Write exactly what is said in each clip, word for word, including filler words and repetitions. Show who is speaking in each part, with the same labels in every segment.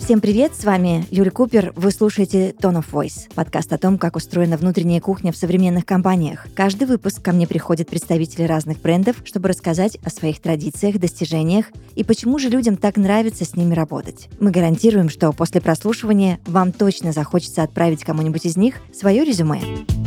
Speaker 1: Всем привет, с вами Юлия Купер. Вы слушаете Tone of Voice, подкаст о том, как устроена внутренняя кухня в современных компаниях. Каждый выпуск ко мне приходят представители разных брендов, чтобы рассказать о своих традициях, достижениях и почему же людям так нравится с ними работать. Мы гарантируем, что после прослушивания вам точно захочется отправить кому-нибудь из них свое резюме.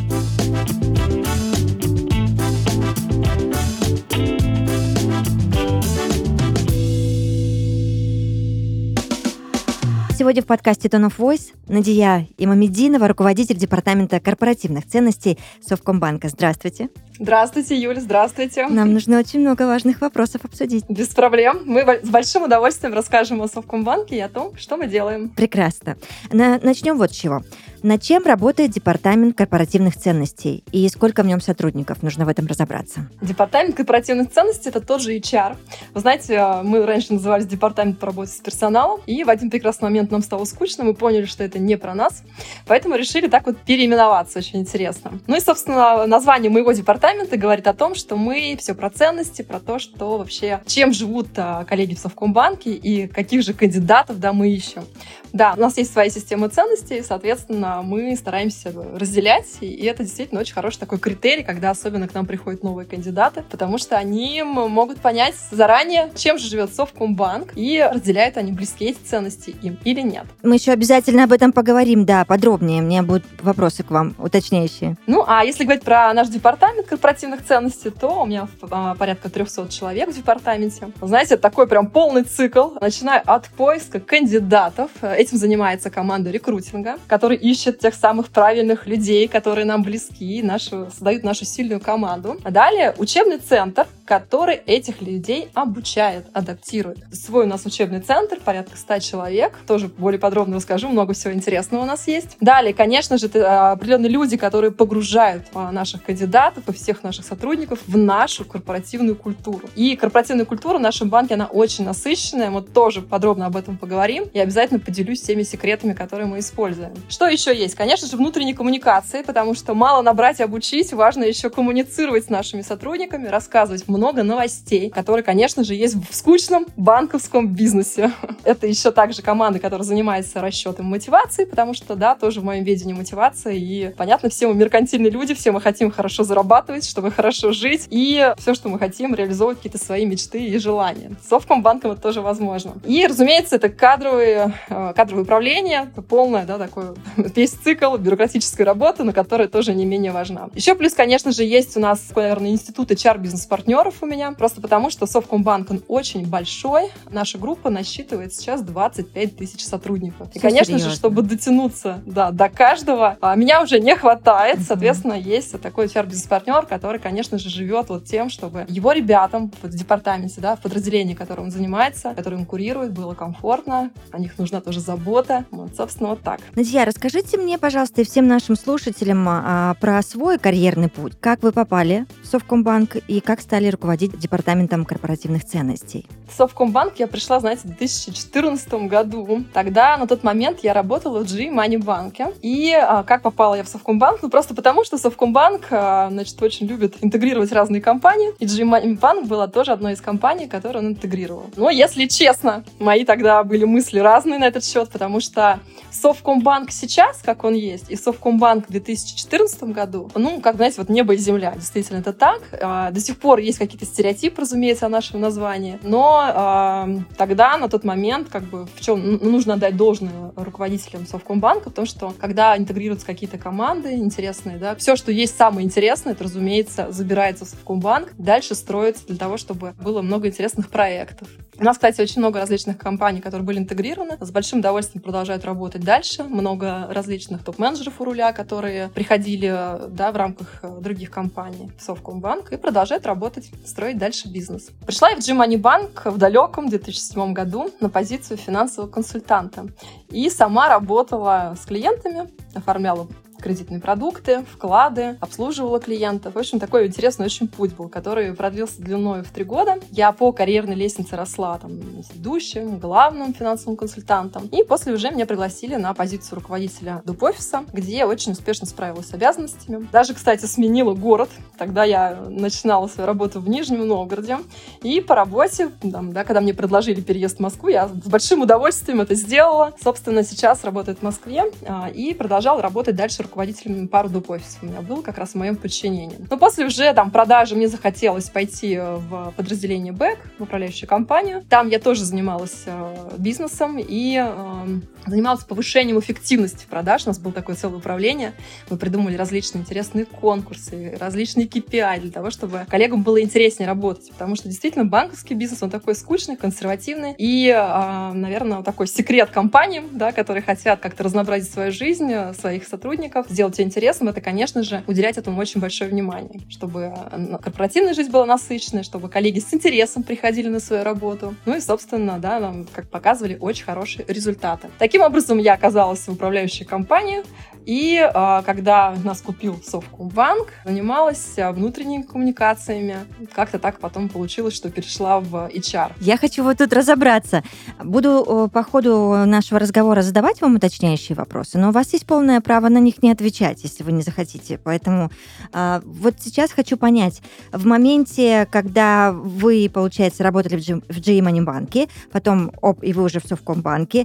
Speaker 1: Сегодня в подкасте Tone of Voice Надия Имамеддинова, руководитель департамента корпоративных ценностей Совкомбанка. Здравствуйте.
Speaker 2: Здравствуйте, Юля, здравствуйте.
Speaker 1: Нам нужно очень много важных вопросов обсудить.
Speaker 2: Без проблем. Мы с большим удовольствием расскажем о Совкомбанке и о том, что мы делаем.
Speaker 1: Прекрасно. На- начнем вот с чего. Над чем работает департамент корпоративных ценностей и сколько в нем сотрудников? Нужно в этом разобраться.
Speaker 2: Департамент корпоративных ценностей — это тот же эйч ар. Вы знаете, мы раньше назывались департамент по работе с персоналом, и в один прекрасный момент нам стало скучно, мы поняли, что это не про нас, поэтому решили так вот переименоваться, очень интересно. Ну и, собственно, название моего департамента говорит о том, что мы все про ценности, про то, что вообще, чем живут коллеги в Совкомбанке и каких же кандидатов, да, мы ищем. Да, у нас есть своя система ценностей, соответственно, мы стараемся разделять, и это действительно очень хороший такой критерий, когда особенно к нам приходят новые кандидаты, потому что они могут понять заранее, чем же живет Совкомбанк, и разделяют они близкие эти ценности им или нет.
Speaker 1: Мы еще обязательно об этом поговорим, да, подробнее. У меня будут вопросы к вам, уточняющие.
Speaker 2: Ну, а если говорить про наш департамент корпоративных ценностей, то у меня порядка триста человек в департаменте. Знаете, это такой прям полный цикл, начиная от поиска кандидатов. Этим занимается команда рекрутинга, которая ищет тех самых правильных людей, которые нам близки, нашу, создают нашу сильную команду. А далее учебный центр, который этих людей обучает, адаптирует. Свой у нас учебный центр, порядка ста человек. Тоже более подробно расскажу, много всего интересного у нас есть. Далее, конечно же, это определенные люди, которые погружают наших кандидатов и всех наших сотрудников в нашу корпоративную культуру. И корпоративная культура в нашем банке, она очень насыщенная. Мы тоже подробно об этом поговорим. И обязательно поделюсь всеми секретами, которые мы используем. Что еще есть? Конечно же, внутренние коммуникации, потому что мало набрать и обучить, важно еще коммуницировать с нашими сотрудниками, рассказывать много новостей, которые, конечно же, есть в скучном банковском бизнесе. Это еще также команда, которая занимается расчетом мотивации, потому что, да, тоже в моем видении мотивация, и, понятно, все мы меркантильные люди, все мы хотим хорошо зарабатывать, чтобы хорошо жить, и все, что мы хотим, реализовывать какие-то свои мечты и желания. С Совкомбанком это тоже возможно. И, разумеется, это кадровые, кадровое управление, это полное, да, такое, весь цикл бюрократической работы, но которая тоже не менее важна. Еще плюс, конечно же, есть у нас, наверное, институт эйч ар бизнес-партнеров у меня, просто потому что Совкомбанк, он очень большой, наша группа насчитывает сейчас двадцать пять тысяч сотрудников. И,
Speaker 1: Все
Speaker 2: конечно
Speaker 1: серьезно.
Speaker 2: же, чтобы дотянуться, да, до каждого, а, меня уже не хватает, uh-huh. Соответственно, есть такой эйч ар бизнес-партнер, который, конечно же, живет вот тем, чтобы его ребятам в департаменте, да, в подразделении, которым он занимается, которым он курирует, было комфортно, о них нужна тоже забота. Вот, собственно, вот так.
Speaker 1: Надя, расскажите мне, пожалуйста, и всем нашим слушателям а, про свой карьерный путь. Как вы попали в Совкомбанк и как стали руководить департаментом корпоративных ценностей?
Speaker 2: В Совкомбанк я пришла, знаете, в две тысячи четырнадцатом году. Тогда, на тот момент, я работала в джи Money банке. И а, как попала я в Совкомбанк? Ну, просто потому, что Совкомбанк, а, значит, очень любит интегрировать разные компании. И джи Money банк была тоже одной из компаний, которую он интегрировал. Но, если честно, мои тогда были мысли разные на этот счет, потому что Совкомбанк сейчас, как он есть, и Совкомбанк в две тысячи четырнадцатом году, ну, как, знаете, вот небо и земля. Действительно, это так. А, до сих пор есть какие-то стереотипы, разумеется, о нашем названии. Но а, тогда, на тот момент, как бы, в чем нужно отдать должное руководителям Совкомбанка, в том, что когда интегрируются какие-то команды интересные, да, все, что есть самое интересное, это, разумеется, забирается в Совкомбанк, дальше строится для того, чтобы было много интересных проектов. У нас, кстати, очень много различных компаний, которые были интегрированы, с большим удовольствием продолжают работать дальше. Много различных топ-менеджеров у руля, которые приходили, да, в рамках других компаний в Совкомбанк и продолжают работать, строить дальше бизнес. Пришла я в джи Money банк в далеком две тысячи седьмом году на позицию финансового консультанта. И сама работала с клиентами, оформляла кредитные продукты, вклады, обслуживала клиентов. В общем, такой интересный очень путь был, который продлился длиной в три года. Я по карьерной лестнице росла там ведущим, главным финансовым консультантом. И после уже меня пригласили на позицию руководителя доп-офиса, где я очень успешно справилась с обязанностями. Даже, кстати, сменила город. Тогда я начинала свою работу в Нижнем Новгороде. И по работе, там, да, когда мне предложили переезд в Москву, я с большим удовольствием это сделала. Собственно, сейчас работаю в Москве а, и продолжала работать дальше руководителем пару доп-офисов. У меня был как раз в моем подчинении. Но после уже там продажи мне захотелось пойти в подразделение Бэк, в управляющую компанию. Там я тоже занималась э, бизнесом и э, занималась повышением эффективности продаж. У нас было такое целое управление. Мы придумали различные интересные конкурсы, различные кей пи ай для того, чтобы коллегам было интереснее работать. Потому что действительно банковский бизнес, он такой скучный, консервативный. И, э, наверное, такой секрет компаниям, да, которые хотят как-то разнообразить свою жизнь, своих сотрудников, сделать ее интересным, это, конечно же, уделять этому очень большое внимание, чтобы корпоративная жизнь была насыщенной, чтобы коллеги с интересом приходили на свою работу. Ну и, собственно, да, нам, как показывали, очень хорошие результаты. Таким образом, я оказалась в управляющей компании, и а, когда нас купил Совкомбанк, занималась внутренними коммуникациями. Как-то так потом получилось, что перешла в эйч ар.
Speaker 1: Я хочу вот тут разобраться. Буду по ходу нашего разговора задавать вам уточняющие вопросы, но у вас есть полное право на них не отвечать, если вы не захотите. Поэтому а, вот сейчас хочу понять, в моменте, когда вы, получается, работали в джи и Money банке, потом, оп, и вы уже в Совкомбанке,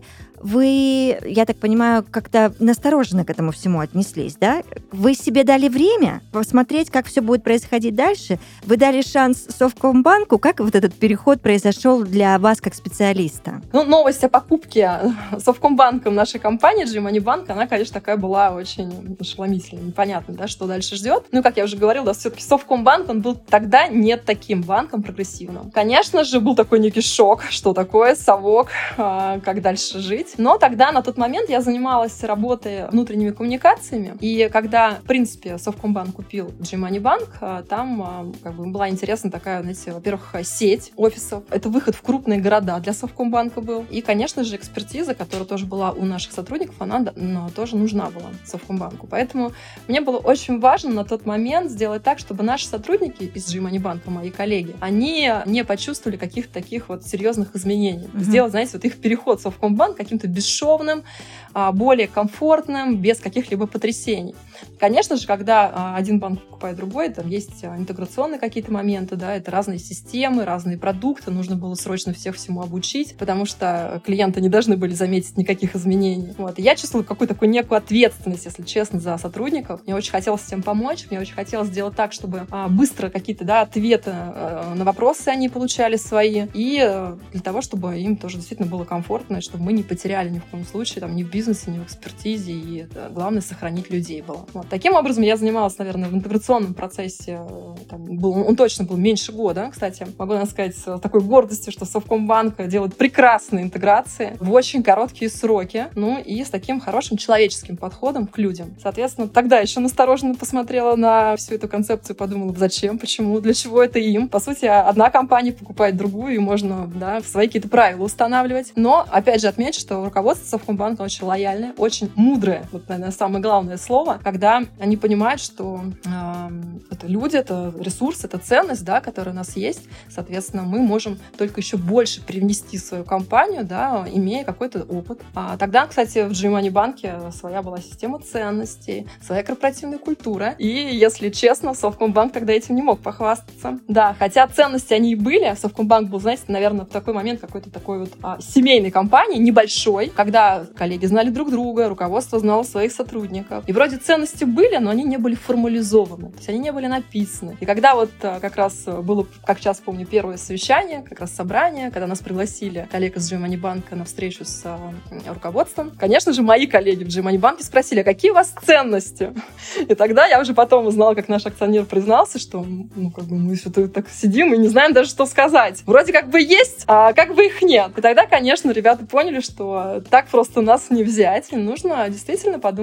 Speaker 1: вы, я так понимаю, как-то настороженно к этому всему отнеслись, да? Вы себе дали время посмотреть, как все будет происходить дальше? Вы дали шанс Совкомбанку? Как вот этот переход произошел для вас как специалиста?
Speaker 2: Ну, новость о покупке Совкомбанком нашей компании джи и Money банк, она, конечно, такая была очень ошеломительной, непонятно, да, что дальше ждет. Ну, как я уже говорила, да, все-таки Совкомбанк, он был тогда не таким банком прогрессивным. Конечно же, был такой некий шок, что такое совок, как дальше жить. Но тогда, на тот момент, я занималась работой внутренними коммуникациями. И когда, в принципе, Совкомбанк купил джи и Money банк, там как бы была интересна такая, знаете, во-первых, сеть офисов. Это выход в крупные города для Совкомбанка был. И, конечно же, экспертиза, которая тоже была у наших сотрудников, она ну, тоже нужна была Совкомбанку. Поэтому мне было очень важно на тот момент сделать так, чтобы наши сотрудники из джи и Money банка, мои коллеги, они не почувствовали каких-то таких вот серьезных изменений. Mm-hmm. Сделать, знаете, вот их переход в Совкомбанк каким-то бесшовным, более комфортным, без каких-либо потрясений. Конечно же, когда один банк покупает другой, там есть интеграционные какие-то моменты, да, это разные системы, разные продукты, нужно было срочно всех всему обучить, потому что клиенты не должны были заметить никаких изменений. Вот. И я чувствовала какую-то такую некую ответственность, если честно, за сотрудников. Мне очень хотелось всем помочь, мне очень хотелось сделать так, чтобы а, быстро какие-то, да, ответы а, на вопросы они получали свои, и а, для того, чтобы им тоже действительно было комфортно, чтобы мы не потеряли ни в коем случае, там, ни в бизнесе, ни в экспертизе, и это, главное, сохранить людей было. Вот. Таким образом, я занималась, наверное, в интеграционном процессе, там, был, он точно был меньше года, кстати. Могу сказать с такой гордостью, что Совкомбанк делает прекрасные интеграции в очень короткие сроки, ну и с таким хорошим человеческим подходом к людям. Соответственно, тогда еще настороженно посмотрела на всю эту концепцию, подумала, зачем, почему, для чего это им. По сути, одна компания покупает другую, и можно, да, свои какие-то правила устанавливать. Но, опять же, отмечу, что руководство Совкомбанка очень лояльное, очень мудрое, вот, наверное, самое главное слово, когда они понимают, что э, это люди, это ресурс, это ценность, да, которая у нас есть. Соответственно, мы можем только еще больше привнести в свою компанию, да, имея какой-то опыт. А тогда, кстати, в джи и Money банке своя была система ценностей, своя корпоративная культура. И, если честно, Совкомбанк тогда этим не мог похвастаться. Да, хотя ценности они и были. Совкомбанк был, знаете, наверное, в такой момент какой-то такой вот а, семейной компании, небольшой, когда коллеги знали друг друга, руководство знало своих сотрудников. И вроде ценности были, но они не были формализованы. То есть они не были написаны. И когда вот как раз было, как сейчас помню, первое совещание, как раз собрание, когда нас пригласили коллег из джи и Money банка на встречу с э, руководством, конечно же, мои коллеги в джи и Money банке спросили, а какие у вас ценности? И тогда я уже потом узнала, как наш акционер признался, что ну, как бы мы что-то так сидим и не знаем даже, что сказать. Вроде как бы есть, а как бы их нет. И тогда, конечно, ребята поняли, что так просто нас не взять. И нужно действительно подумать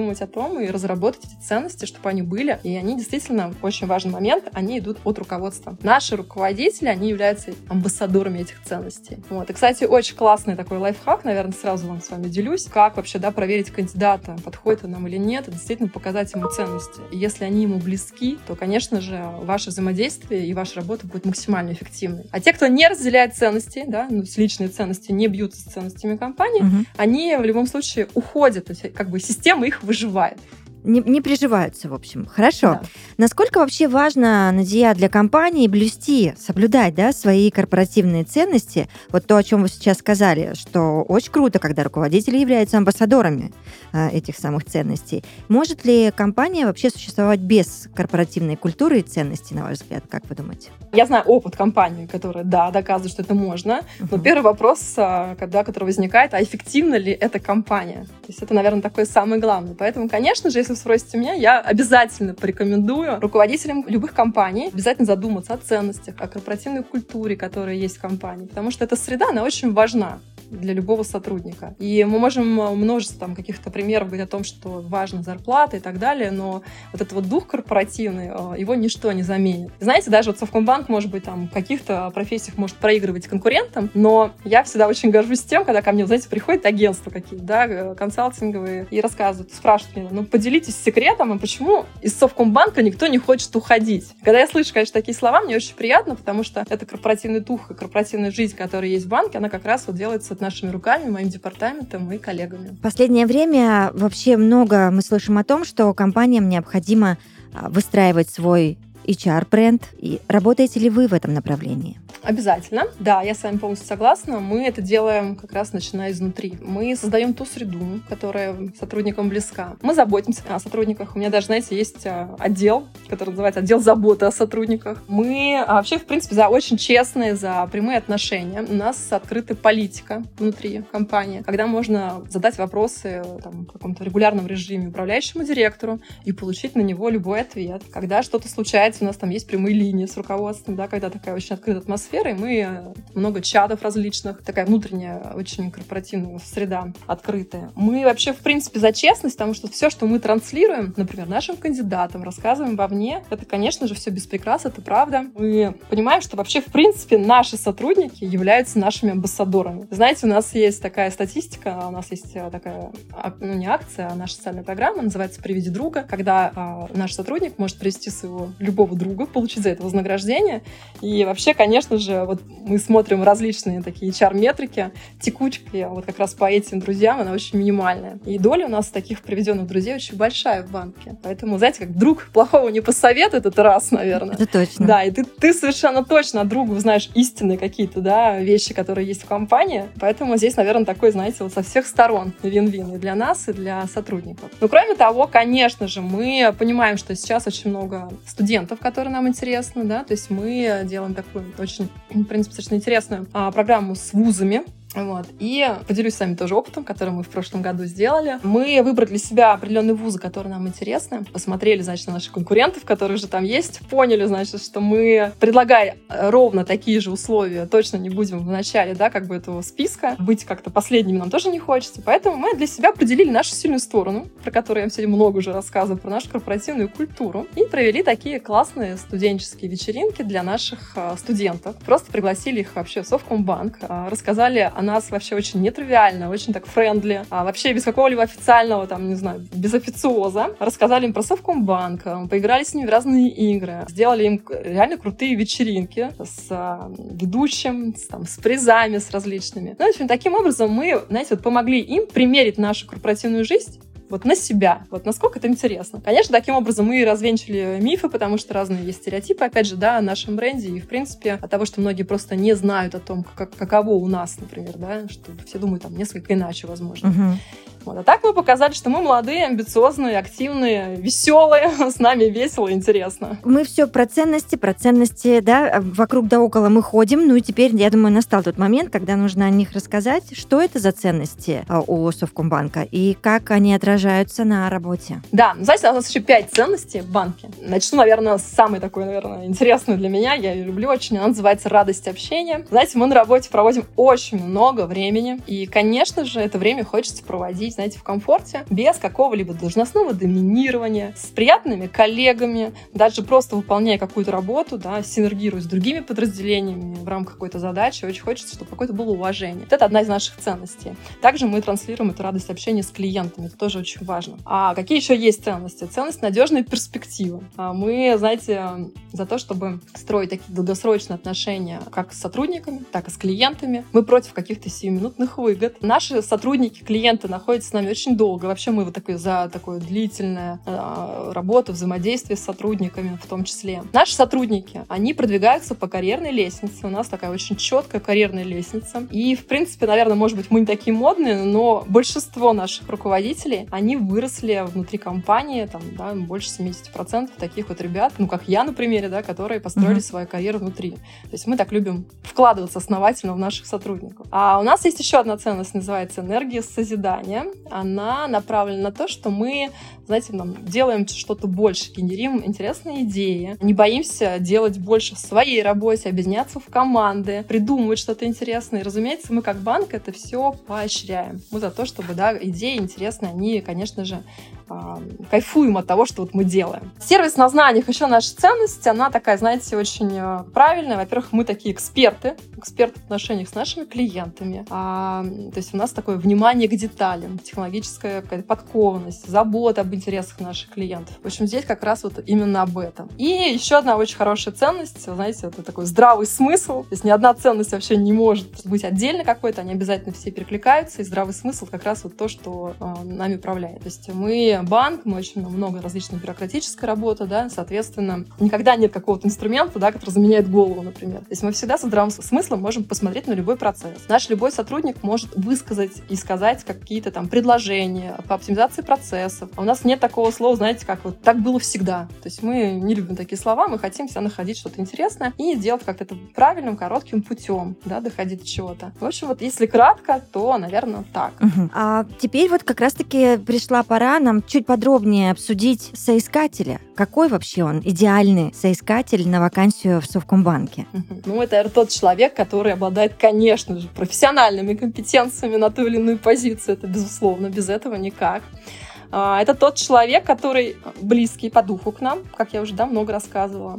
Speaker 2: подумать о том и разработать эти ценности, чтобы они были. И они действительно, очень важный момент, они идут от руководства. Наши руководители, они являются амбассадорами этих ценностей. Вот. И, кстати, очень классный такой лайфхак, наверное, сразу вам с вами делюсь, как вообще, да, проверить кандидата, подходит он нам или нет, и действительно показать ему ценности. И если они ему близки, то, конечно же, ваше взаимодействие и ваша работа будет максимально эффективной. А те, кто не разделяет ценности, да, ну, с личные ценности, не бьются с ценностями компании, угу. они в любом случае уходят, то есть как бы система их выживает.
Speaker 1: Не, не приживаются, в общем. Хорошо. Да. Насколько вообще важно, Надия, для компании блюсти, соблюдать, да, свои корпоративные ценности? Вот то, о чем вы сейчас сказали, что очень круто, когда руководители являются амбассадорами э, этих самых ценностей. Может ли компания вообще существовать без корпоративной культуры и ценностей, на ваш взгляд? Как вы думаете?
Speaker 2: Я знаю опыт компании, которая, да, доказывает, что это можно. Uh-huh. Но первый вопрос, когда, который возникает, а эффективна ли эта компания? То есть это, наверное, такое самое главное. Поэтому, конечно же, если вы спросите меня, я обязательно порекомендую руководителям любых компаний обязательно задуматься о ценностях, о корпоративной культуре, которая есть в компании, потому что эта среда, она очень важна для любого сотрудника. И мы можем множество там, каких-то примеров говорить о том, что важна зарплата и так далее, но вот этот вот дух корпоративный, его ничто не заменит. Знаете, даже вот Совкомбанк, может быть, там в каких-то профессиях может проигрывать конкурентам, но я всегда очень горжусь тем, когда ко мне, знаете, приходят агентства какие-то, да, консалтинговые, и рассказывают, спрашивают меня, ну, поделитесь секретом, а почему из Совкомбанка никто не хочет уходить? Когда я слышу, конечно, такие слова, мне очень приятно, потому что это корпоративный дух и корпоративная жизнь, которая есть в банке, она как раз вот делается нашими руками, моим департаментом и коллегами.
Speaker 1: В последнее время вообще много мы слышим о том, что компаниям необходимо выстраивать свой эйч ар-бренд. И работаете ли вы в этом направлении?
Speaker 2: Обязательно. Да, я с вами полностью согласна. Мы это делаем как раз начиная изнутри. Мы создаем ту среду, которая сотрудникам близка. Мы заботимся о сотрудниках. У меня даже, знаете, есть отдел, который называется отдел заботы о сотрудниках. Мы вообще, в принципе, за очень честные, за прямые отношения. У нас открытая политика внутри компании, когда можно задать вопросы там, в каком-то регулярном режиме управляющему директору и получить на него любой ответ. Когда что-то случается, у нас там есть прямые линии с руководством, да, когда такая очень открытая атмосфера, и мы много чатов различных, такая внутренняя, очень корпоративная среда открытая. Мы вообще, в принципе, за честность, потому что все, что мы транслируем, например, нашим кандидатам, рассказываем вовне, это, конечно же, все без прикрас, это правда. Мы понимаем, что вообще, в принципе, наши сотрудники являются нашими амбассадорами. Знаете, у нас есть такая статистика, у нас есть такая, ну, не акция, а наша социальная программа, называется «Приведи друга», когда а, наш сотрудник может привести своего любого друга, получить за это вознаграждение. И вообще, конечно же, вот мы смотрим различные такие эйч ар-метрики, текучки, вот как раз по этим друзьям она очень минимальная. И доля у нас таких приведенных друзей очень большая в банке. Поэтому, знаете, как друг плохого не посоветует, это раз, наверное.
Speaker 1: Это точно.
Speaker 2: Да, и ты, ты совершенно точно от друга узнаешь истинные какие-то, да, вещи, которые есть в компании. Поэтому здесь, наверное, такой, знаете, вот со всех сторон вин-вин и для нас, и для сотрудников. Но кроме того, конечно же, мы понимаем, что сейчас очень много студентов, которые нам интересны, да, то есть мы делаем такую очень, в принципе, достаточно интересную а, программу с вузами. Вот. И поделюсь с вами тоже опытом, который мы в прошлом году сделали. Мы выбрали для себя определенные вузы, которые нам интересны. Посмотрели, значит, на наших конкурентов, которые же там есть. Поняли, значит, что мы, предлагая ровно такие же условия, точно не будем в начале, да, как бы этого списка. Быть как-то последними нам тоже не хочется. Поэтому мы для себя определили нашу сильную сторону, про которую я вам сегодня много уже рассказываю, про нашу корпоративную культуру. И провели такие классные студенческие вечеринки для наших студентов. Просто пригласили их вообще в Совкомбанк, рассказали о нас вообще очень нетривиально, очень так френдли, а вообще без какого-либо официального, там, не знаю, без официоза. Рассказали им про Совкомбанк, поиграли с ними в разные игры, сделали им реально крутые вечеринки с а, ведущим, с, там, с призами, с различными. Ну, в общем, таким образом мы, знаете, вот помогли им примерить нашу корпоративную жизнь вот на себя, вот насколько это интересно. Конечно, таким образом мы развенчали мифы, потому что разные есть стереотипы, опять же, да, о нашем бренде, и, в принципе, от того, что многие просто не знают о том, как, каково у нас, например, да, что все думают там несколько иначе, возможно. Uh-huh. Вот. А так мы показали, что мы молодые, амбициозные, активные, веселые, с нами весело и интересно.
Speaker 1: Мы все про ценности, про ценности, да, вокруг да около мы ходим, ну и теперь, я думаю, настал тот момент, когда нужно о них рассказать, что это за ценности у Совкомбанка и как они отражаются на работе.
Speaker 2: Да, знаете, у нас еще пять ценностей в банке. Начну, наверное, с самой такой, наверное, интересной для меня. Я ее люблю очень. Она называется «Радость общения». Знаете, мы на работе проводим очень много времени. И, конечно же, это время хочется проводить, знаете, в комфорте, без какого-либо должностного доминирования, с приятными коллегами, даже просто выполняя какую-то работу, да, синергируя с другими подразделениями в рамках какой-то задачи. Очень хочется, чтобы какое-то было уважение. Это одна из наших ценностей. Также мы транслируем эту радость общения с клиентами. Это тоже очень важно. А какие еще есть ценности? Ценность надежной перспективы. Мы, знаете, за то, чтобы строить такие долгосрочные отношения как с сотрудниками, так и с клиентами. Мы против каких-то сиюминутных выгод. Наши сотрудники, клиенты находятся с нами очень долго. Вообще мы вот такой, за такую длительную э, работу, взаимодействие с сотрудниками в том числе. Наши сотрудники, они продвигаются по карьерной лестнице. У нас такая очень четкая карьерная лестница. И, в принципе, наверное, может быть, мы не такие модные, но большинство наших руководителей, они выросли внутри компании, там, да, больше семьдесят процентов таких вот ребят, ну, как я, например, да, которые построили mm-hmm. свою карьеру внутри. То есть мы так любим вкладываться основательно в наших сотрудников. А у нас есть еще одна ценность, называется энергия созидания. Она направлена на то, что мы, знаете, нам делаем что-то больше, генерим интересные идеи, не боимся делать больше в своей работе, объединяться в команды, придумывать что-то интересное. И, разумеется, мы как банк это все поощряем. Мы за то, чтобы, да, идеи интересные, они, конечно же, кайфуем от того, что вот мы делаем. Сервис на знаниях, еще наша ценность, она такая, знаете, очень правильная. Во-первых, мы такие эксперты, эксперты в отношениях с нашими клиентами. А, то есть у нас такое внимание к деталям, технологическая какая-то подкованность, забота об интересах наших клиентов. В общем, здесь как раз вот именно об этом. И еще одна очень хорошая ценность, знаете, это такой здравый смысл. То есть ни одна ценность вообще не может быть отдельно какой-то, они обязательно все перекликаются, и здравый смысл как раз вот то, что э, нами управляет. То есть мы банк, мы очень много различной бюрократической работы, да, соответственно, никогда нет какого-то инструмента, да, который заменяет голову, например. То есть мы всегда со здравым смыслом можем посмотреть на любой процесс. Наш любой сотрудник может высказать и сказать какие-то там предложения по оптимизации процессов. А у нас нет такого слова, знаете, как вот «так было всегда». То есть мы не любим такие слова, мы хотим всегда находить что-то интересное и делать как-то это правильным, коротким путем, да, доходить до чего-то. В общем, вот если кратко, то, наверное, так.
Speaker 1: Угу. А теперь вот как раз-таки пришла пора нам чуть подробнее обсудить соискателя. Какой вообще он идеальный соискатель на вакансию в Совкомбанке?
Speaker 2: Угу. Ну, это, наверное, тот человек, который обладает, конечно же, профессиональными компетенциями на ту или иную позицию. Это, безусловно, без этого никак. Это тот человек, который близкий по духу к нам, как я уже да, много рассказывала.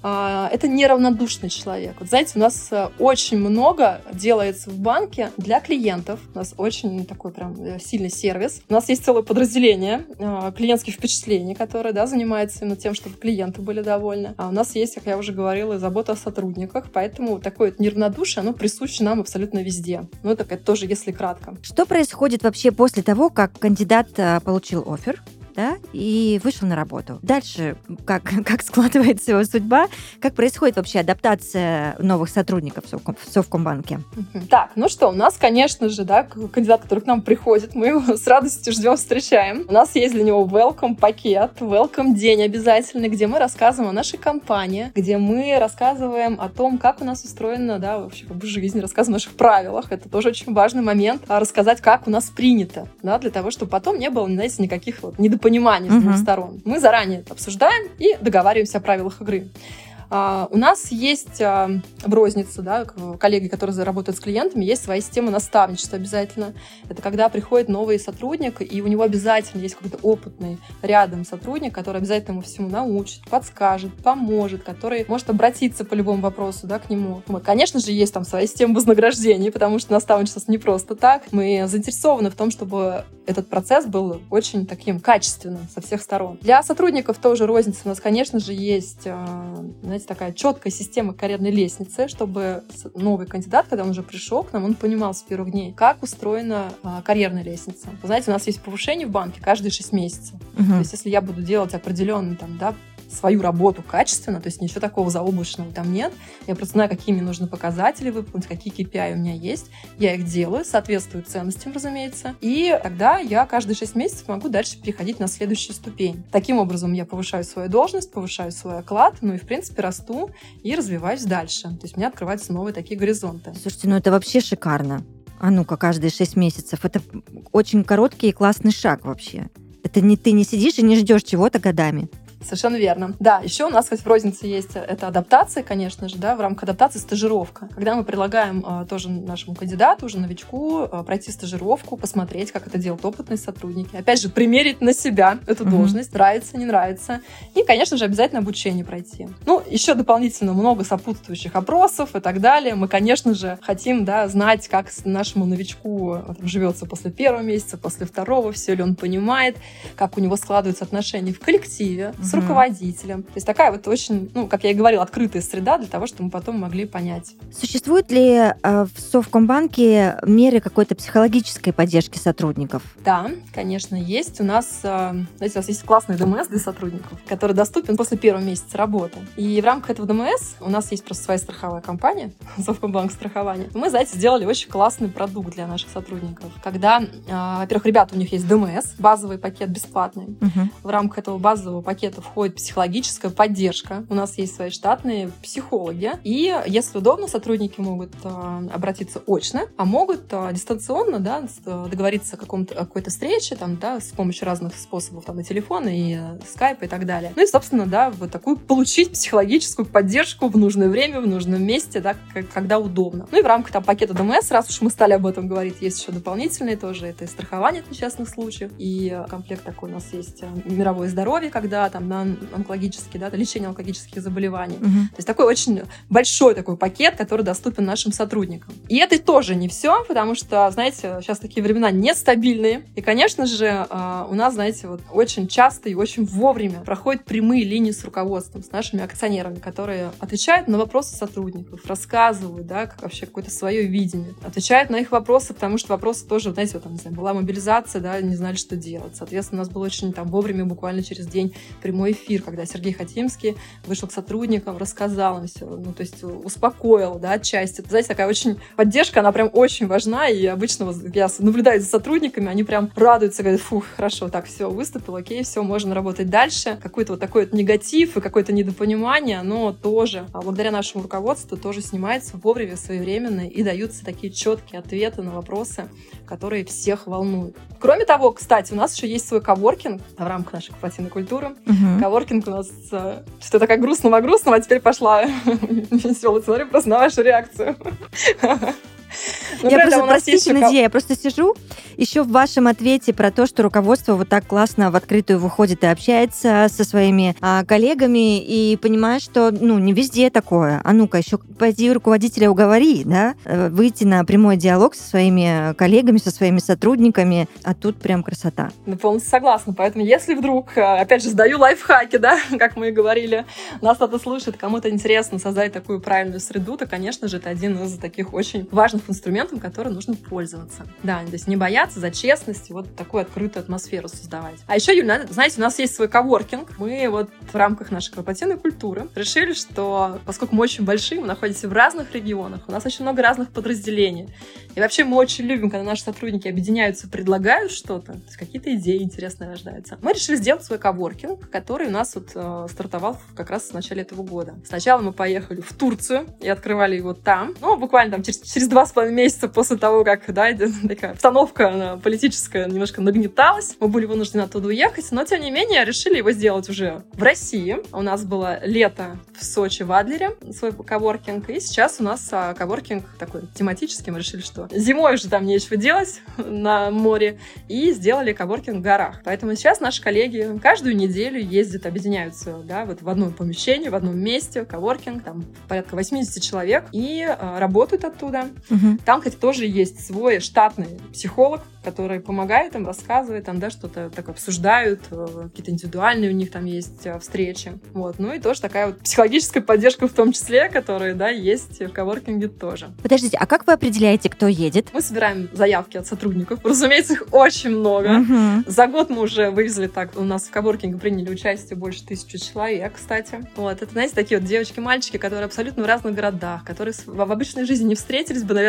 Speaker 2: Это неравнодушный человек. Вот знаете, у нас очень много делается в банке для клиентов. У нас очень такой прям сильный сервис. У нас есть целое подразделение клиентских впечатлений, которое да, занимается именно тем, чтобы клиенты были довольны. А у нас есть, как я уже говорила, и забота о сотрудниках. Поэтому такое неравнодушие, оно присуще нам абсолютно везде. Ну, это, это тоже, если кратко.
Speaker 1: Что происходит вообще после того, как кандидат получил оффер, да, и вышел на работу? Дальше как, как складывается его судьба? Как происходит вообще адаптация новых сотрудников в, Совком, в Совкомбанке?
Speaker 2: Так, ну что, у нас, конечно же, да, кандидат, который к нам приходит, мы его с радостью ждем, встречаем. У нас есть для него welcome пакет, welcome день обязательный, где мы рассказываем о нашей компании, где мы рассказываем о том, как у нас устроена, да, вообще как бы жизнь, рассказываем о наших правилах. Это тоже очень важный момент. Рассказать, как у нас принято, да, для того, чтобы потом не было, знаете, никаких вот недопониманий понимание с двух uh-huh. сторон. Мы заранее это обсуждаем и договариваемся о правилах игры. Uh, у нас есть uh, в рознице, да, коллеги, которые работают с клиентами, есть своя система наставничества обязательно. Это когда приходит новый сотрудник, и у него обязательно есть какой-то опытный рядом сотрудник, который обязательно ему всему научит, подскажет, поможет, который может обратиться по любому вопросу, да, к нему. Мы, конечно же, есть там своя система вознаграждений, потому что наставничество не просто так. Мы заинтересованы в том, чтобы этот процесс был очень таким качественным со всех сторон. Для сотрудников тоже розницы у нас, конечно же, есть uh, такая четкая система карьерной лестницы, чтобы новый кандидат, когда он уже пришел к нам, он понимал с первых дней, как устроена а, карьерная лестница. Вы знаете, у нас есть повышение в банке каждые шесть месяцев. Uh-huh. То есть, если я буду делать определенный там, да, свою работу качественно, то есть ничего такого заоблачного там нет. Я просто знаю, какие мне нужны показатели выполнить, какие кей пи ай у меня есть. Я их делаю, соответствуют ценностям, разумеется. И тогда я каждые шесть месяцев могу дальше переходить на следующую ступень. Таким образом, я повышаю свою должность, повышаю свой оклад, ну и, в принципе, расту и развиваюсь дальше. То есть у меня открываются новые такие горизонты.
Speaker 1: Слушайте, ну это вообще шикарно. А ну-ка, каждые шесть месяцев. Это очень короткий и классный шаг вообще. Это не ты не сидишь и не ждешь чего-то годами.
Speaker 2: Совершенно верно. Да, еще у нас, кстати, в рознице есть это адаптация, конечно же, да, в рамках адаптации стажировка. Когда мы предлагаем а, тоже нашему кандидату, уже новичку, а, пройти стажировку, посмотреть, как это делают опытные сотрудники. Опять же, примерить на себя эту mm-hmm. должность, нравится, не нравится. И, конечно же, обязательно обучение пройти. Ну, еще дополнительно много сопутствующих опросов и так далее. Мы, конечно же, хотим, да, знать, как нашему новичку там, живется после первого месяца, после второго, все ли он понимает, как у него складываются отношения в коллективе, mm-hmm. с руководителем. То есть такая вот очень, ну, как я и говорила, открытая среда для того, чтобы мы потом могли понять.
Speaker 1: Существуют ли э, в Совкомбанке меры какой-то психологической поддержки сотрудников?
Speaker 2: Да, конечно, есть. У нас, э, знаете, у нас есть классный ДМС для сотрудников, который доступен после первого месяца работы. И в рамках этого ДМС у нас есть просто своя страховая компания, Совкомбанк страхование. Мы, знаете, сделали очень классный продукт для наших сотрудников. Когда, э, во-первых, ребята, у них есть ДМС, базовый пакет бесплатный. Uh-huh. В рамках этого базового пакета входит психологическая поддержка. У нас есть свои штатные психологи. И, если удобно, сотрудники могут э, обратиться очно, а могут э, дистанционно, да, договориться о, каком-то, о какой-то встрече, там, да, с помощью разных способов, там, и телефона, и э, скайпа, и так далее. Ну и, собственно, да, вот такую получить психологическую поддержку в нужное время, в нужном месте, да, как, когда удобно. Ну и в рамках там пакета ДМС, раз уж мы стали об этом говорить, есть еще дополнительные тоже, это и страхование от несчастных случаев, и комплект такой у нас есть мировое здоровье, когда там на онкологические, да, лечение онкологических заболеваний. Угу. То есть такой очень большой такой пакет, который доступен нашим сотрудникам. И это тоже не все, потому что, знаете, сейчас такие времена нестабильные. И, конечно же, у нас, знаете, вот очень часто и очень вовремя проходят прямые линии с руководством, с нашими акционерами, которые отвечают на вопросы сотрудников, рассказывают, да, как вообще какое-то свое видение, отвечают на их вопросы, потому что вопросы тоже, знаете, вот там, не знаю, была мобилизация, да, не знали, что делать. Соответственно, у нас был очень там вовремя, буквально через день, прямой эфир, когда Сергей Хатимский вышел к сотрудникам, рассказал им все, ну, то есть успокоил, да, отчасти. Это, знаете, такая очень поддержка, она прям очень важна, и обычно вот, я наблюдаю за сотрудниками, они прям радуются, говорят, фух, хорошо, так, все, выступил, окей, все, можно работать дальше. Какой-то вот такой вот негатив и какое-то недопонимание, оно тоже, благодаря нашему руководству, тоже снимается вовремя, своевременно, и даются такие четкие ответы на вопросы, которые всех волнуют. Кроме того, кстати, у нас еще есть свой коворкинг в рамках нашей корпоративной культуры. Uh-huh. Коворкинг у нас что-то такая грустного-грустного, а теперь пошла веселая. Смотрю просто на вашу реакцию.
Speaker 1: Ну, я просто, простите, Надия, я просто сижу еще в вашем ответе про то, что руководство вот так классно в открытую выходит и общается со своими а, коллегами, и понимаешь, что, ну, не везде такое. А ну-ка, еще пойди руководителя уговори, да, выйти на прямой диалог со своими коллегами, со своими сотрудниками, а тут прям красота.
Speaker 2: Ну, полностью согласна. Поэтому, если вдруг, опять же, сдаю лайфхаки, да, как мы и говорили, нас кто-то слушает, кому-то интересно создать такую правильную среду, то, конечно же, это один из таких очень важных инструментом, которым нужно пользоваться. Да, то есть не бояться, за честность, вот такую открытую атмосферу создавать. А еще, Юля, знаете, у нас есть свой коворкинг. Мы вот в рамках нашей корпоративной культуры решили, что поскольку мы очень большие, мы находимся в разных регионах, у нас очень много разных подразделений. И вообще мы очень любим, когда наши сотрудники объединяются, предлагают что-то, то есть какие-то идеи интересные рождаются. Мы решили сделать свой коворкинг, который у нас вот э, стартовал как раз в начале этого года. Сначала мы поехали в Турцию и открывали его там. Ну, буквально там через, через два с половиной месяца после того, как, да, такая обстановка она, политическая немножко нагнеталась, мы были вынуждены оттуда уехать, но, тем не менее, решили его сделать уже в России. У нас было лето в Сочи, в Адлере, свой коворкинг, и сейчас у нас а, коворкинг такой тематический. Мы решили, что зимой уже там нечего делать на море, и сделали коворкинг в горах. Поэтому сейчас наши коллеги каждую неделю ездят, объединяются, да, вот в одном помещении, в одном месте, коворкинг, там порядка восемьдесят человек, и а, работают оттуда. Угу. Там, кстати, тоже есть свой штатный психолог, который помогает им, рассказывает, там, да, что-то так обсуждают, какие-то индивидуальные у них там есть встречи. Вот. Ну и тоже такая вот психологическая поддержка в том числе, которая, да, есть в коворкинге тоже.
Speaker 1: Подождите, а как вы определяете, кто едет?
Speaker 2: Мы собираем заявки от сотрудников. Разумеется, их очень много. Угу. За год мы уже вывезли так, у нас в коворкинге приняли участие больше тысячи человек, кстати. Вот. Это, знаете, такие вот девочки-мальчики, которые абсолютно в разных городах, которые в обычной жизни не встретились бы, наверное, никогда.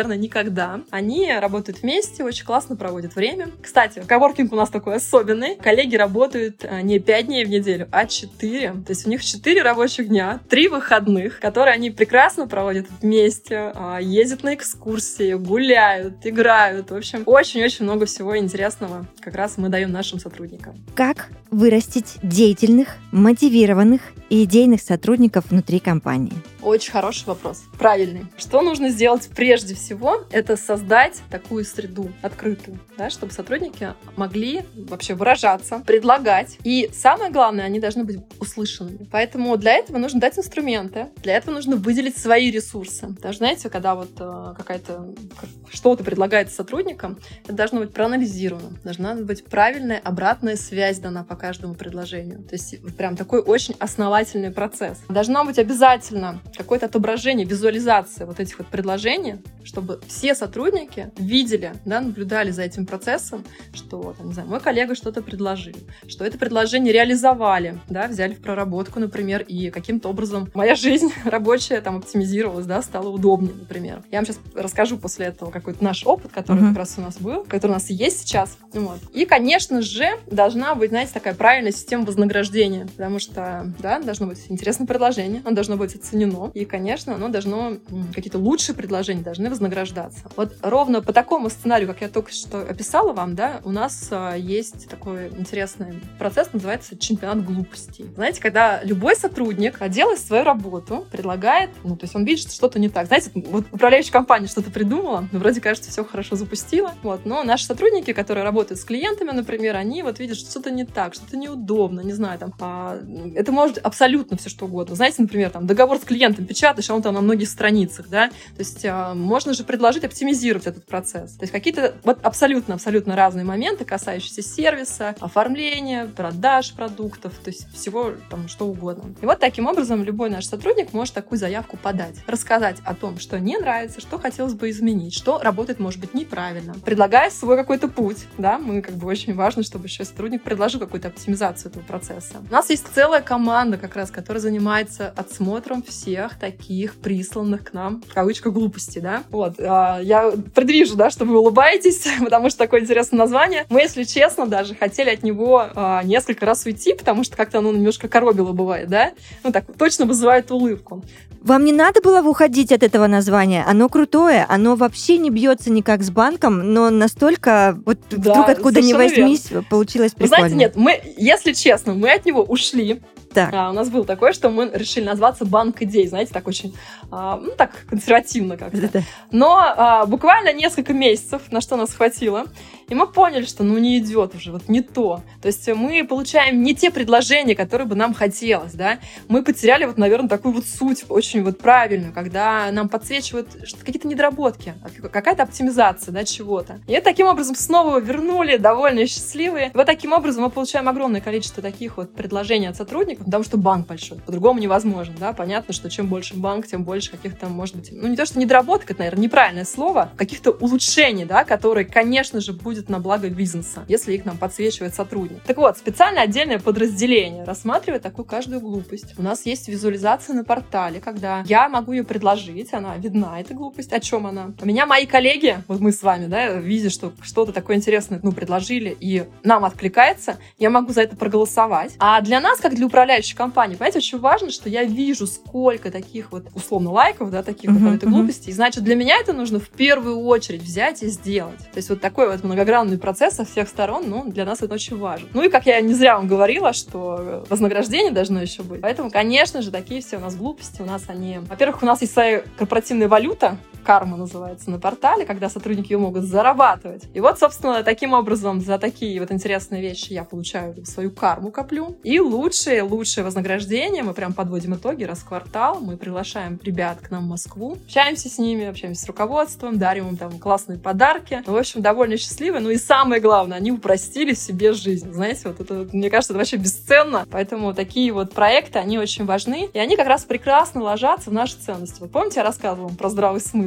Speaker 2: иногда они работают вместе, очень классно проводят время. Кстати, коворкинг у нас такой особенный. Коллеги работают не пять дней в неделю, а четыре. То есть у них четыре рабочих дня, три выходных, которые они прекрасно проводят вместе, ездят на экскурсии, гуляют, играют. В общем, очень-очень много всего интересного как раз мы даем нашим сотрудникам.
Speaker 1: Как вырастить деятельных, мотивированных и идейных сотрудников внутри компании?
Speaker 2: Очень хороший вопрос. Правильный. Что нужно сделать прежде всего? Это создать такую среду открытую, да, чтобы сотрудники могли вообще выражаться, предлагать. И самое главное, они должны быть услышанными. Поэтому для этого нужно дать инструменты, для этого нужно выделить свои ресурсы. Даже, знаете, когда вот э, какая-то что-то предлагается сотрудникам, это должно быть проанализировано, должна быть правильная обратная связь дана по каждому предложению. То есть прям такой очень основательный процесс. Должно быть обязательно какое-то отображение, визуализация вот этих вот предложений, чтобы все сотрудники видели, да, наблюдали за этим процессом, что, там, не знаю, мой коллега что-то предложил, что это предложение реализовали, да, взяли в проработку, например, и каким-то образом моя жизнь рабочая там оптимизировалась, да, стала удобнее, например. Я вам сейчас расскажу после этого какой-то наш опыт, который mm-hmm. как раз у нас был, который у нас и есть сейчас. Вот. И, конечно же, должна быть, знаете, такая правильная система вознаграждения, потому что, да, должно быть интересное предложение, оно должно быть оценено, и, конечно, оно должно, какие-то лучшие предложения должны вознаграждаться. Вот ровно по такому сценарию, как я только что описала вам, да, у нас а, есть такой интересный процесс, называется чемпионат глупостей. Знаете, когда любой сотрудник, делает свою работу, предлагает, ну, то есть он видит, что что-то не так. Знаете, вот управляющая компания что-то придумала, ну, вроде кажется, все хорошо запустила, вот, но наши сотрудники, которые работают с клиентами, например, они вот видят, что что-то не так, что-то неудобно, не знаю, там, а, это может абсолютно все что угодно. Знаете, например, там, договор с клиентом печатаешь, а он там на многих страницах, да, то есть а, можно же предложить оптимизировать этот процесс. То есть какие-то вот абсолютно-абсолютно разные моменты, касающиеся сервиса, оформления, продаж продуктов, то есть всего там что угодно. И вот таким образом любой наш сотрудник может такую заявку подать, рассказать о том, что не нравится, что хотелось бы изменить, что работает, может быть, неправильно, предлагая свой какой-то путь, да, мы как бы очень важно, чтобы еще сотрудник предложил какую-то оптимизацию этого процесса. У нас есть целая команда как раз, которая занимается отсмотром всех таких присланных к нам, в кавычках, глупостей, да. Вот, я предвижу, да, что вы улыбаетесь, потому что такое интересное название. Мы, если честно, даже хотели от него несколько раз уйти, потому что как-то оно немножко коробило бывает, да. Ну, так точно вызывает улыбку.
Speaker 1: Вам не надо было уходить от этого названия? Оно крутое, оно вообще не бьется никак с банком, но настолько вот да, вдруг откуда ни возьмись, верно. Получилось прикольно.
Speaker 2: Вы знаете, нет, мы, если честно, мы от него ушли. Так. А, у нас было такое, что мы решили назваться «Банк идей», знаете, так очень, а, ну, так консервативно как-то. Да-да. Но а, буквально несколько месяцев, на что нас хватило, и мы поняли, что ну не идет уже, вот не то. То есть мы получаем не те предложения, которые бы нам хотелось, да. Мы потеряли вот, наверное, такую вот суть очень вот правильную, когда нам подсвечивают какие-то недоработки, какая-то оптимизация, да, чего-то. И таким образом снова вернули, довольно счастливые. И вот таким образом мы получаем огромное количество таких вот предложений от сотрудников, потому что банк большой, по-другому невозможно, да. Понятно, что чем больше банк, тем больше каких-то, может быть, ну не то, что недоработок, это, наверное, неправильное слово, каких-то улучшений, да, которые, конечно же, будет на благо бизнеса, если их нам подсвечивает сотрудник. Так вот, специально отдельное подразделение рассматривает такую каждую глупость. У нас есть визуализация на портале, когда я могу ее предложить, она видна, эта глупость, о чем она. У меня мои коллеги, вот мы с вами, да, видя, что что-то такое интересное, ну, предложили, и нам откликается, я могу за это проголосовать. А для нас, как для управляющей компании, понимаете, очень важно, что я вижу, сколько таких вот, условно, лайков, да, таких uh-huh, вот этой uh-huh. глупости, и значит, для меня это нужно в первую очередь взять и сделать. То есть вот такой вот многогранный процесс со всех сторон, ну, для нас это очень важно. Ну и, как я не зря вам говорила, что вознаграждение должно еще быть. Поэтому, конечно же, такие все у нас глупости, у нас они... Во-первых, у нас есть своя корпоративная валюта, карма называется, на портале, когда сотрудники ее могут зарабатывать. И вот, собственно, таким образом за такие вот интересные вещи я получаю свою карму, коплю. И лучшее, лучшее вознаграждение, мы прям подводим итоги раз в квартал, мы приглашаем ребят к нам в Москву, общаемся с ними, общаемся с руководством, дарим им там классные подарки. В общем, довольно счастливы. Ну и самое главное, они упростили себе жизнь. Знаете, вот это, мне кажется, это вообще бесценно. Поэтому такие вот проекты, они очень важны. И они как раз прекрасно ложатся в наши ценности. Вот помните, я рассказывала вам про здравый смысл?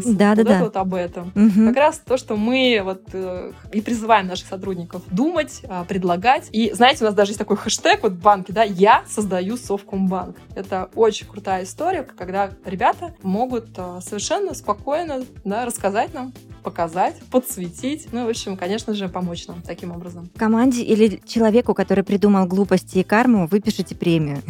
Speaker 2: смысл.
Speaker 1: Да,
Speaker 2: вот
Speaker 1: да,
Speaker 2: это
Speaker 1: да.
Speaker 2: вот об этом.
Speaker 1: Угу.
Speaker 2: Как раз то, что мы вот э, и призываем наших сотрудников думать, э, предлагать. И знаете, у нас даже есть такой хэштег вот в банке, да, «Я создаю Совкомбанк». Это очень крутая история, когда ребята могут э, совершенно спокойно, да, рассказать нам, показать, подсветить, ну, в общем, конечно же, помочь нам таким образом.
Speaker 1: Команде или человеку, который придумал глупости и карму, вы пишете премию.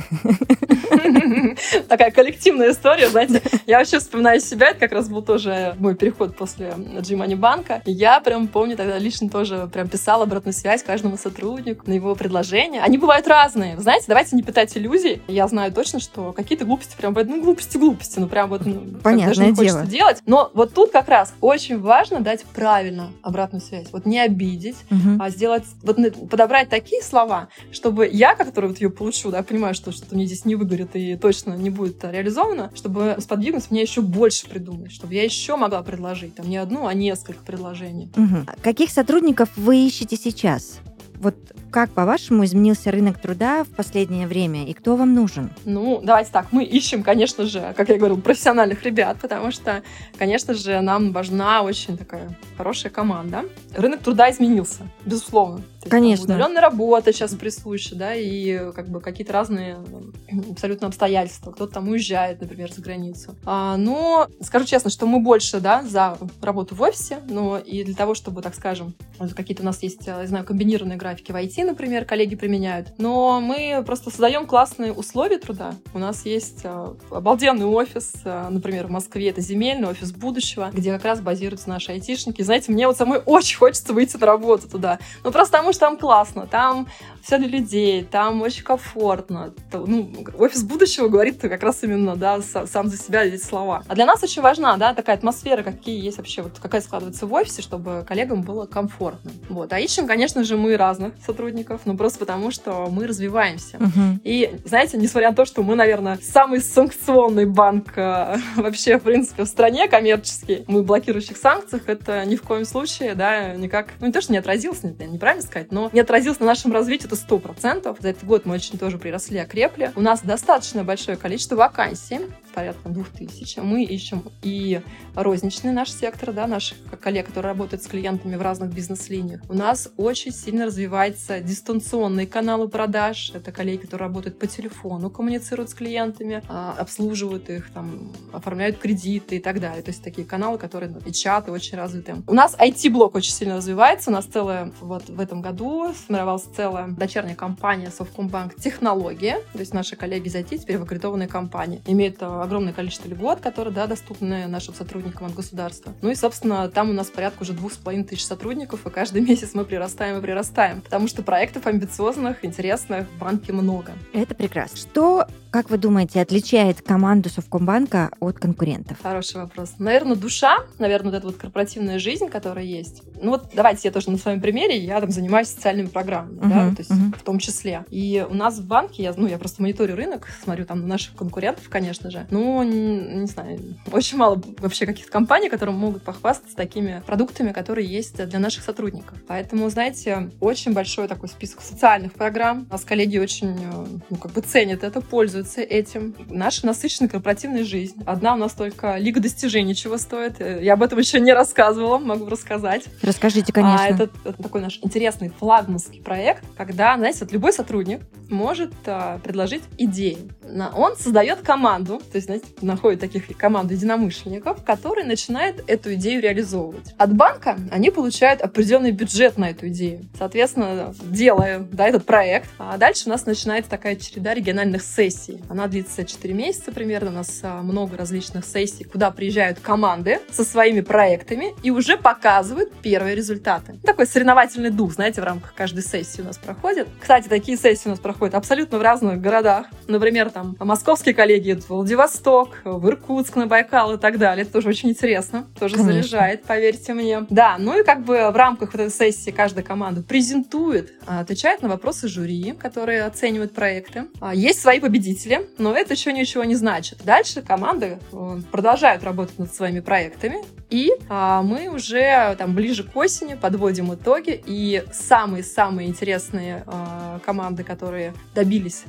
Speaker 2: Такая коллективная история, знаете. Я вообще вспоминаю себя, это как раз был тоже мой переход после G-Money банка. Я прям помню, тогда лично тоже прям писала обратную связь каждому сотруднику на его предложения. Они бывают разные. Вы знаете, давайте не питать иллюзий. Я знаю точно, что какие-то глупости прям, ну, глупости-глупости, ну, прям вот, ну,
Speaker 1: понятное
Speaker 2: даже не
Speaker 1: дело.
Speaker 2: хочется делать. Но вот тут как раз очень важно дать правильно обратную связь. Вот не обидеть,
Speaker 1: Угу.
Speaker 2: а сделать, вот подобрать такие слова, чтобы я, которая вот ее получу, да, понимаю, что что-то мне здесь не выгорит и точно не будет реализовано, чтобы сподвигнуть мне еще больше придумать, чтобы я еще могла предложить, там, не одну, а несколько предложений.
Speaker 1: Угу. Каких сотрудников вы ищете сейчас? Вот как, по-вашему, изменился рынок труда в последнее время, и кто вам нужен?
Speaker 2: Ну, давайте так, мы ищем, конечно же, как я говорила, профессиональных ребят, потому что, конечно же, нам важна очень такая хорошая команда. Рынок труда изменился, безусловно. То есть,
Speaker 1: конечно.
Speaker 2: Там, удаленная работа сейчас присуща, да, и как бы какие-то разные абсолютно обстоятельства. Кто-то там уезжает, например, за границу. А, но скажу честно, что мы больше, да, за работу в офисе, но и для того, чтобы, так скажем, какие-то у нас есть, я знаю, комбинированные графики в ай ти, например, коллеги применяют. Но мы просто создаем классные условия труда. У нас есть обалденный офис, например, в Москве. Это земельный офис будущего, где как раз базируются наши айтишники. Знаете, мне вот самой очень хочется выйти на работу туда. Ну, просто потому что там классно, там все для людей, там очень комфортно. Ну, офис будущего говорит как раз именно, да, сам за себя эти слова. А для нас очень важна, да, такая атмосфера, какие есть вообще, вот какая складывается в офисе, чтобы коллегам было комфортно. Вот. А ищем, конечно же, мы разных сотрудников, ну, просто потому, что мы развиваемся.
Speaker 1: Угу.
Speaker 2: И, знаете, несмотря на то, что мы, наверное, самый санкционный банк э, вообще, в принципе, в стране коммерческий, мы в блокирующих санкциях, это ни в коем случае, да, никак, ну, не то, что не отразилось, не, неправильно сказать, но не отразилось на нашем развитии, это сто процентов. За этот год мы очень тоже приросли, окрепли. У нас достаточно большое количество вакансий, порядка двух тысяч. Мы ищем и розничный наш сектор, да, наших коллег, которые работают с клиентами в разных бизнес-линиях. У нас очень сильно развиваются дистанционные каналы продаж. Это коллеги, которые работают по телефону, коммуницируют с клиентами, обслуживают их, там, оформляют кредиты и так далее. То есть такие каналы, которые, ну, и чаты очень развиты. У нас ай ти-блок очень сильно развивается. У нас целая, вот в этом году сформировалась целая дочерняя компания Совкомбанк «Технология». То есть наши коллеги из ай ти теперь в аккредитованной компании. Имеют огромное количество льгот, которые, да, доступны нашим сотрудникам от государства. Ну и, собственно, там у нас порядка уже двух с половиной тысяч сотрудников, и каждый месяц мы прирастаем и прирастаем, потому что проектов амбициозных, интересных в банке много.
Speaker 1: Это прекрасно. Что, как вы думаете, отличает команду Совкомбанка от конкурентов?
Speaker 2: Хороший вопрос. Наверное, душа, наверное, вот эта вот корпоративная жизнь, которая есть. Ну вот давайте я тоже на своем примере, я там занимаюсь социальными программами, uh-huh, да, то есть uh-huh. в том числе. И у нас в банке, я, ну, я просто мониторю рынок, смотрю там на наших конкурентов, конечно же, ну, не, не знаю, очень мало вообще каких-то компаний, которые могут похвастаться такими продуктами, которые есть для наших сотрудников. Поэтому, знаете, очень большой такой список социальных программ. У нас коллеги очень, ну, как бы ценят это, пользуются этим. Наша насыщенная корпоративная жизнь. Одна у нас только Лига достижений чего стоит. Я об этом еще не рассказывала, могу рассказать.
Speaker 1: Расскажите, конечно.
Speaker 2: А это, это такой наш интересный флагманский проект, когда, знаете, вот любой сотрудник может а, предложить идею. Он создает команду, то есть, знаете, находит таких команду единомышленников, которые начинают эту идею реализовывать. От банка они получают определенный бюджет на эту идею. Соответственно, делая, да, этот проект, а дальше у нас начинается такая череда региональных сессий. Она длится четыре месяца примерно. У нас а, много различных сессий, куда приезжают команды со своими проектами и уже показывают первые результаты. Такой соревновательный дух, знаете, в рамках каждой сессии у нас проходит. Кстати, такие сессии у нас проходят абсолютно в разных городах. Например, там московские коллеги едут в Владивосток, в Иркутск, на Байкал и так далее. Это тоже очень интересно. Тоже Конечно. Заряжает, поверьте мне. Да, ну и как бы в рамках вот этой сессии каждая команда презентует, отвечает на вопросы жюри, которые оценивают проекты. Есть свои победители, но это еще ничего не значит. Дальше команды продолжают работать над своими проектами, и а, мы уже там ближе к осени подводим итоги, и самые-самые интересные а, команды, которые добились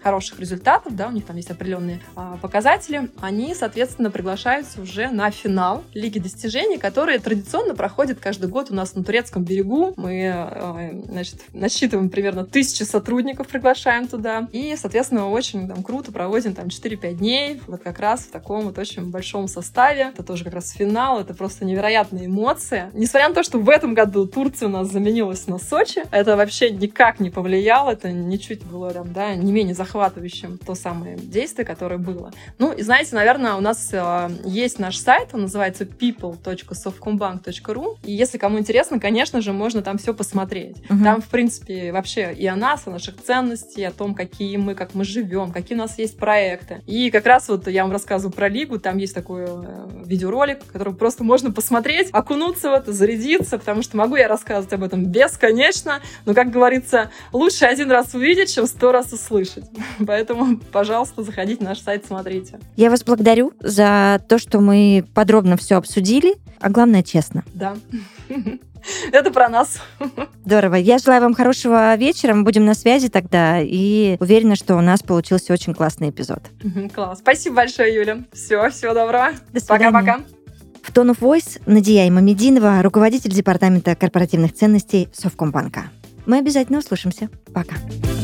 Speaker 2: хороших результатов, да, у них там есть определенные а, показатели, они, соответственно, приглашаются уже на финал Лиги достижений, который традиционно проходит каждый год у нас на Турецком берегу. Мы, а, значит, насчитываем примерно тысячи сотрудников, приглашаем туда. И, соответственно, очень там круто проводим там четыре-пять дней, вот как раз в таком вот очень большом составе. Это тоже как раз финал, это просто невероятные эмоции. Несмотря на то, что в этом году Турция у нас заменилась на Сочи, это вообще никак не повлияло, это ничуть было там, да, не менее захватывающим то самое действие, которое было. Ну, и знаете, наверное, у нас э, есть наш сайт, он называется people точка совкомбанк точка ру, и если кому интересно, конечно же, можно там все посмотреть. Uh-huh. Там, в принципе, вообще и о нас, о наших ценностях, о том, какие мы, как мы живем, какие у нас есть проекты. И как раз вот я вам рассказываю про Лигу, там есть такой э, видеоролик, который просто можно посмотреть, окунуться в это, зарядиться, потому что могу я рассказывать об этом бесконечно, но, как говорится, лучше один раз увидеть, чем сто раз услышать. Поэтому, пожалуйста, заходите на наш сайт, смотрите.
Speaker 1: Я вас благодарю за то, что мы подробно все обсудили, а главное, честно.
Speaker 2: Да. Это про нас.
Speaker 1: Здорово. Я желаю вам хорошего вечера. Мы будем на связи тогда. И уверена, что у нас получился очень классный эпизод.
Speaker 2: Класс. Спасибо большое, Юля. Все, всего доброго.
Speaker 1: До свидания.
Speaker 2: Пока-пока.
Speaker 1: В Tone of Voice Надия Имамединова, руководитель департамента корпоративных ценностей Совкомбанка. Мы обязательно услышимся. Пока.